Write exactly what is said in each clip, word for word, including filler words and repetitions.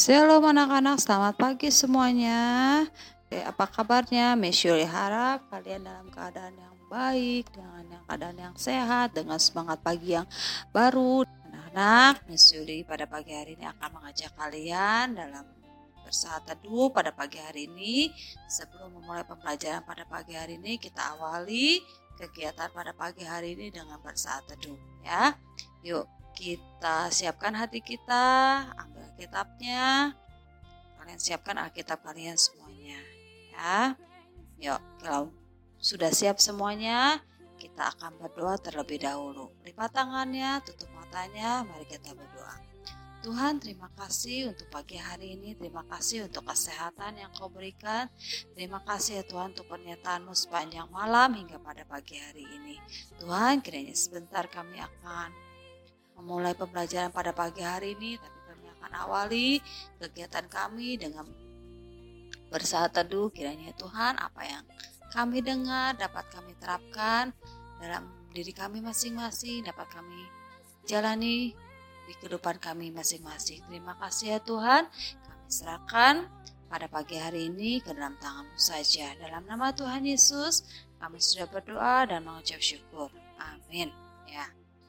Shalom anak-anak, selamat pagi semuanya. Oke, apa kabarnya? Mesyuri harap kalian dalam keadaan yang baik, dengan yang keadaan yang sehat, dengan semangat pagi yang baru. Anak-anak, Mesyuri pada pagi hari ini akan mengajak kalian dalam bersaat teduh pada pagi hari ini. Sebelum memulai pembelajaran pada pagi hari ini, kita awali kegiatan pada pagi hari ini dengan bersaat teduh, ya. Yuk, kita siapkan hati kita, ambil kitabnya. Kalian siapkan Alkitab kalian semuanya, ya. Yuk, kalau sudah siap semuanya, kita akan berdoa terlebih dahulu. Lipat tangannya, tutup matanya, mari kita berdoa. Tuhan, terima kasih untuk pagi hari ini. Terima kasih untuk kesehatan yang Kau berikan. Terima kasih ya Tuhan untuk pernyataan-Mu sepanjang malam hingga pada pagi hari ini. Tuhan, kiranya sebentar kami akan memulai pembelajaran pada pagi hari ini, tapi kami akan awali kegiatan kami dengan bersaat teduh. Kiranya Tuhan, apa yang kami dengar dapat kami terapkan dalam diri kami masing-masing, dapat kami jalani di kehidupan kami masing-masing. Terima kasih ya Tuhan, kami serahkan pada pagi hari ini ke dalam tangan-Mu saja. Dalam nama Tuhan Yesus, kami sudah berdoa dan mengucap syukur. Amin. Ya.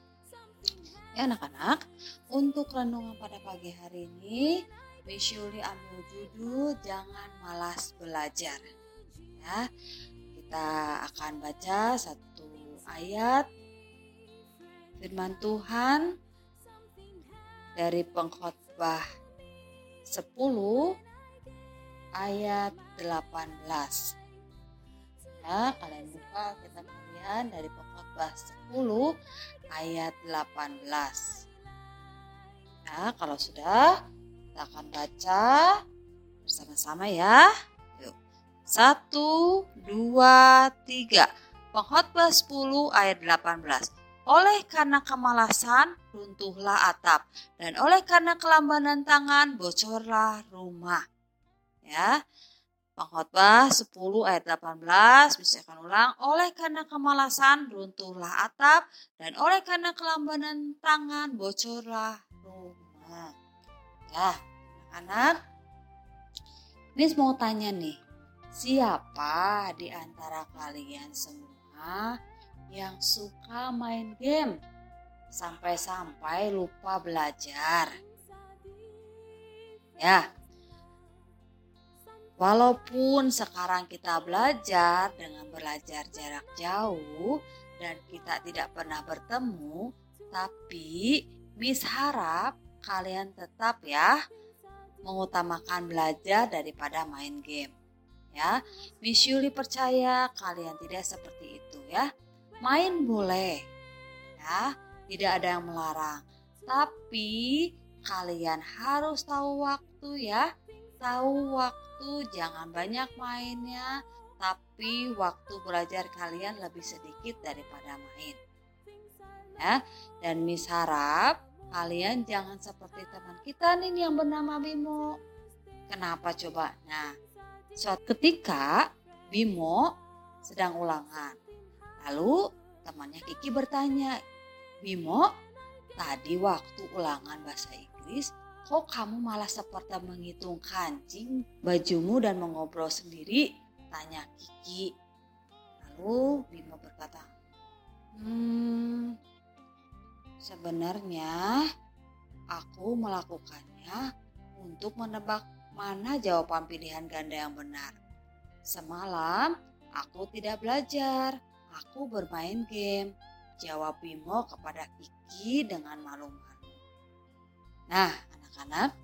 Ya anak-anak, untuk renungan pada pagi hari ini, Mesyuri ambil judul Jangan Malas Belajar. Ya, kita akan baca satu ayat firman Tuhan dari Pengkhotbah sepuluh ayat delapan belas. Ya, kalian buka kitab kalian dari Pengkhotbah sepuluh ayat delapan belas. Nah, kalau sudah, kita akan baca bersama-sama ya. Yuk. Satu, dua, tiga. Pengkhotbah sepuluh ayat delapan belas. Oleh karena kemalasan, runtuhlah atap. Dan oleh karena kelambanan tangan, bocorlah rumah. Ya. Pengkhotbah sepuluh ayat delapan belas, bisa akan ulang. Oleh karena kemalasan runtuhlah atap, dan oleh karena kelambanan tangan bocorlah rumah. Ya, anak-anak, ini mau tanya nih, siapa di antara kalian semua yang suka main game sampai-sampai lupa belajar? Ya. Walaupun sekarang kita belajar dengan belajar jarak jauh dan kita tidak pernah bertemu, tapi Miss harap kalian tetap ya mengutamakan belajar daripada main game. Ya, Miss Yuli percaya kalian tidak seperti itu ya. Main boleh, ya, tidak ada yang melarang. Tapi kalian harus tahu waktu ya, tahu waktu. Jangan banyak mainnya, tapi waktu belajar kalian lebih sedikit daripada main. Ya, dan Miss harap kalian jangan seperti teman kita nih yang bernama Bimo. Kenapa coba? Nah, suatu ketika Bimo sedang ulangan. Lalu temannya Kiki bertanya, "Bimo, tadi waktu ulangan bahasa Inggris, kok kamu malah seperti menghitung kancing bajumu dan mengobrol sendiri?" tanya Kiki. Lalu Bimo berkata, Hmm, sebenarnya aku melakukannya untuk menebak mana jawaban pilihan ganda yang benar. Semalam aku tidak belajar, aku bermain game, jawab Bimo kepada Kiki dengan malu-malu. Nah, anak-anak,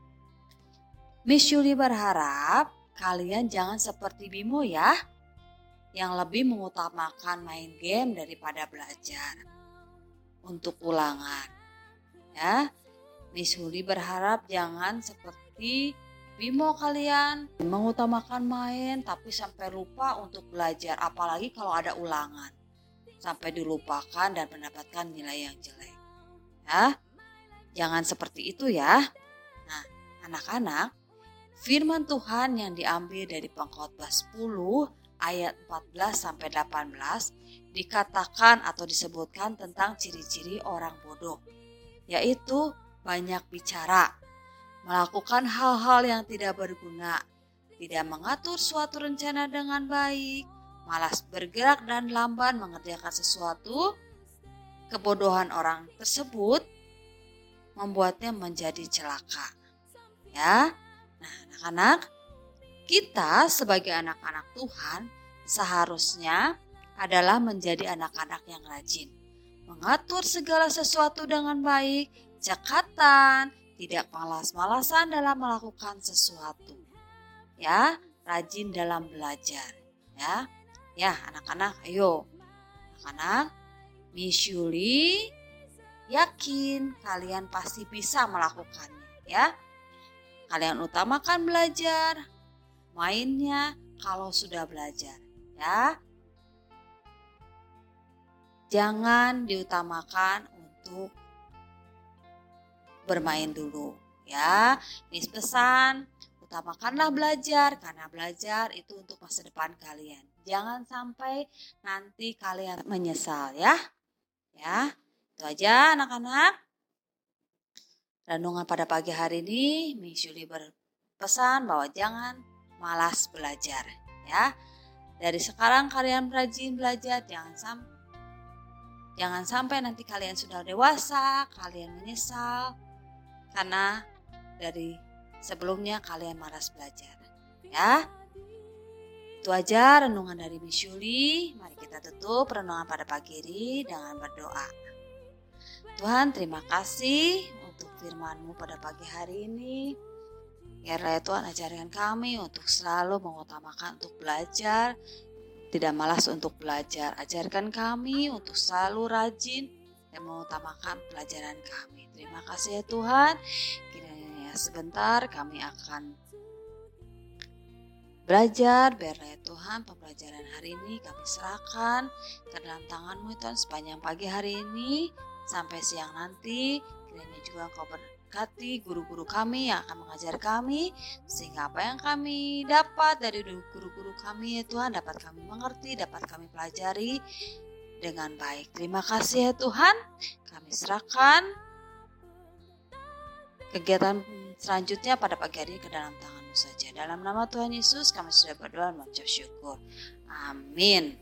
Miss Yuli berharap kalian jangan seperti Bimo ya, yang lebih mengutamakan main game daripada belajar untuk ulangan. Ya, Miss Yuli berharap jangan seperti Bimo kalian mengutamakan main tapi sampai lupa untuk belajar, apalagi kalau ada ulangan, sampai dilupakan dan mendapatkan nilai yang jelek. Ya. Jangan seperti itu ya. Nah, anak-anak, firman Tuhan yang diambil dari Pengkhotbah sepuluh ayat empat belas sampai delapan belas dikatakan atau disebutkan tentang ciri-ciri orang bodoh, yaitu banyak bicara, melakukan hal-hal yang tidak berguna, tidak mengatur suatu rencana dengan baik, malas bergerak dan lamban mengerjakan sesuatu, kebodohan orang tersebut membuatnya menjadi celaka. Ya, nah anak-anak, kita sebagai anak-anak Tuhan seharusnya adalah menjadi anak-anak yang rajin, mengatur segala sesuatu dengan baik, cekatan, tidak malas-malasan dalam melakukan sesuatu. Ya, rajin dalam belajar. Ya, ya anak-anak, ayo, anak-anak, Miss Yuli yakin kalian pasti bisa melakukannya. Ya, kalian utamakan belajar, mainnya kalau sudah belajar. Ya, jangan diutamakan untuk bermain dulu. Ya, Miss pesan, utamakanlah belajar karena belajar itu untuk masa depan kalian. Jangan sampai nanti kalian menyesal ya. Ya, itu aja anak-anak. Renungan pada pagi hari ini, Miss Yuli berpesan bahwa jangan malas belajar. Ya, dari sekarang kalian rajin belajar, jangan sampai jangan sampai nanti kalian sudah dewasa, kalian menyesal karena dari sebelumnya kalian malas belajar. Ya, itu aja renungan dari Miss Yuli. Mari kita tutup renungan pada pagi ini dengan berdoa. Tuhan, terima kasih untuk firman-Mu pada pagi hari ini. Biarlah ya Tuhan, ajarkan kami untuk selalu mengutamakan untuk belajar, tidak malas untuk belajar. Ajarkan kami untuk selalu rajin dan mengutamakan pelajaran kami. Terima kasih ya Tuhan. Kiranya sebentar kami akan belajar. Biarlah ya Tuhan, pembelajaran hari ini kami serahkan ke dalam tangan-Mu Tuhan sepanjang pagi hari ini sampai siang nanti. Kiranya juga Engkau berkati guru-guru kami yang akan mengajar kami, sehingga apa yang kami dapat dari guru-guru kami ya Tuhan dapat kami mengerti, dapat kami pelajari dengan baik. Terima kasih ya Tuhan. Kami serahkan kegiatan selanjutnya pada pagi hari ini ke dalam tangan-Mu saja. Dalam nama Tuhan Yesus kami sudah berdoa dan mengucap syukur. Amin.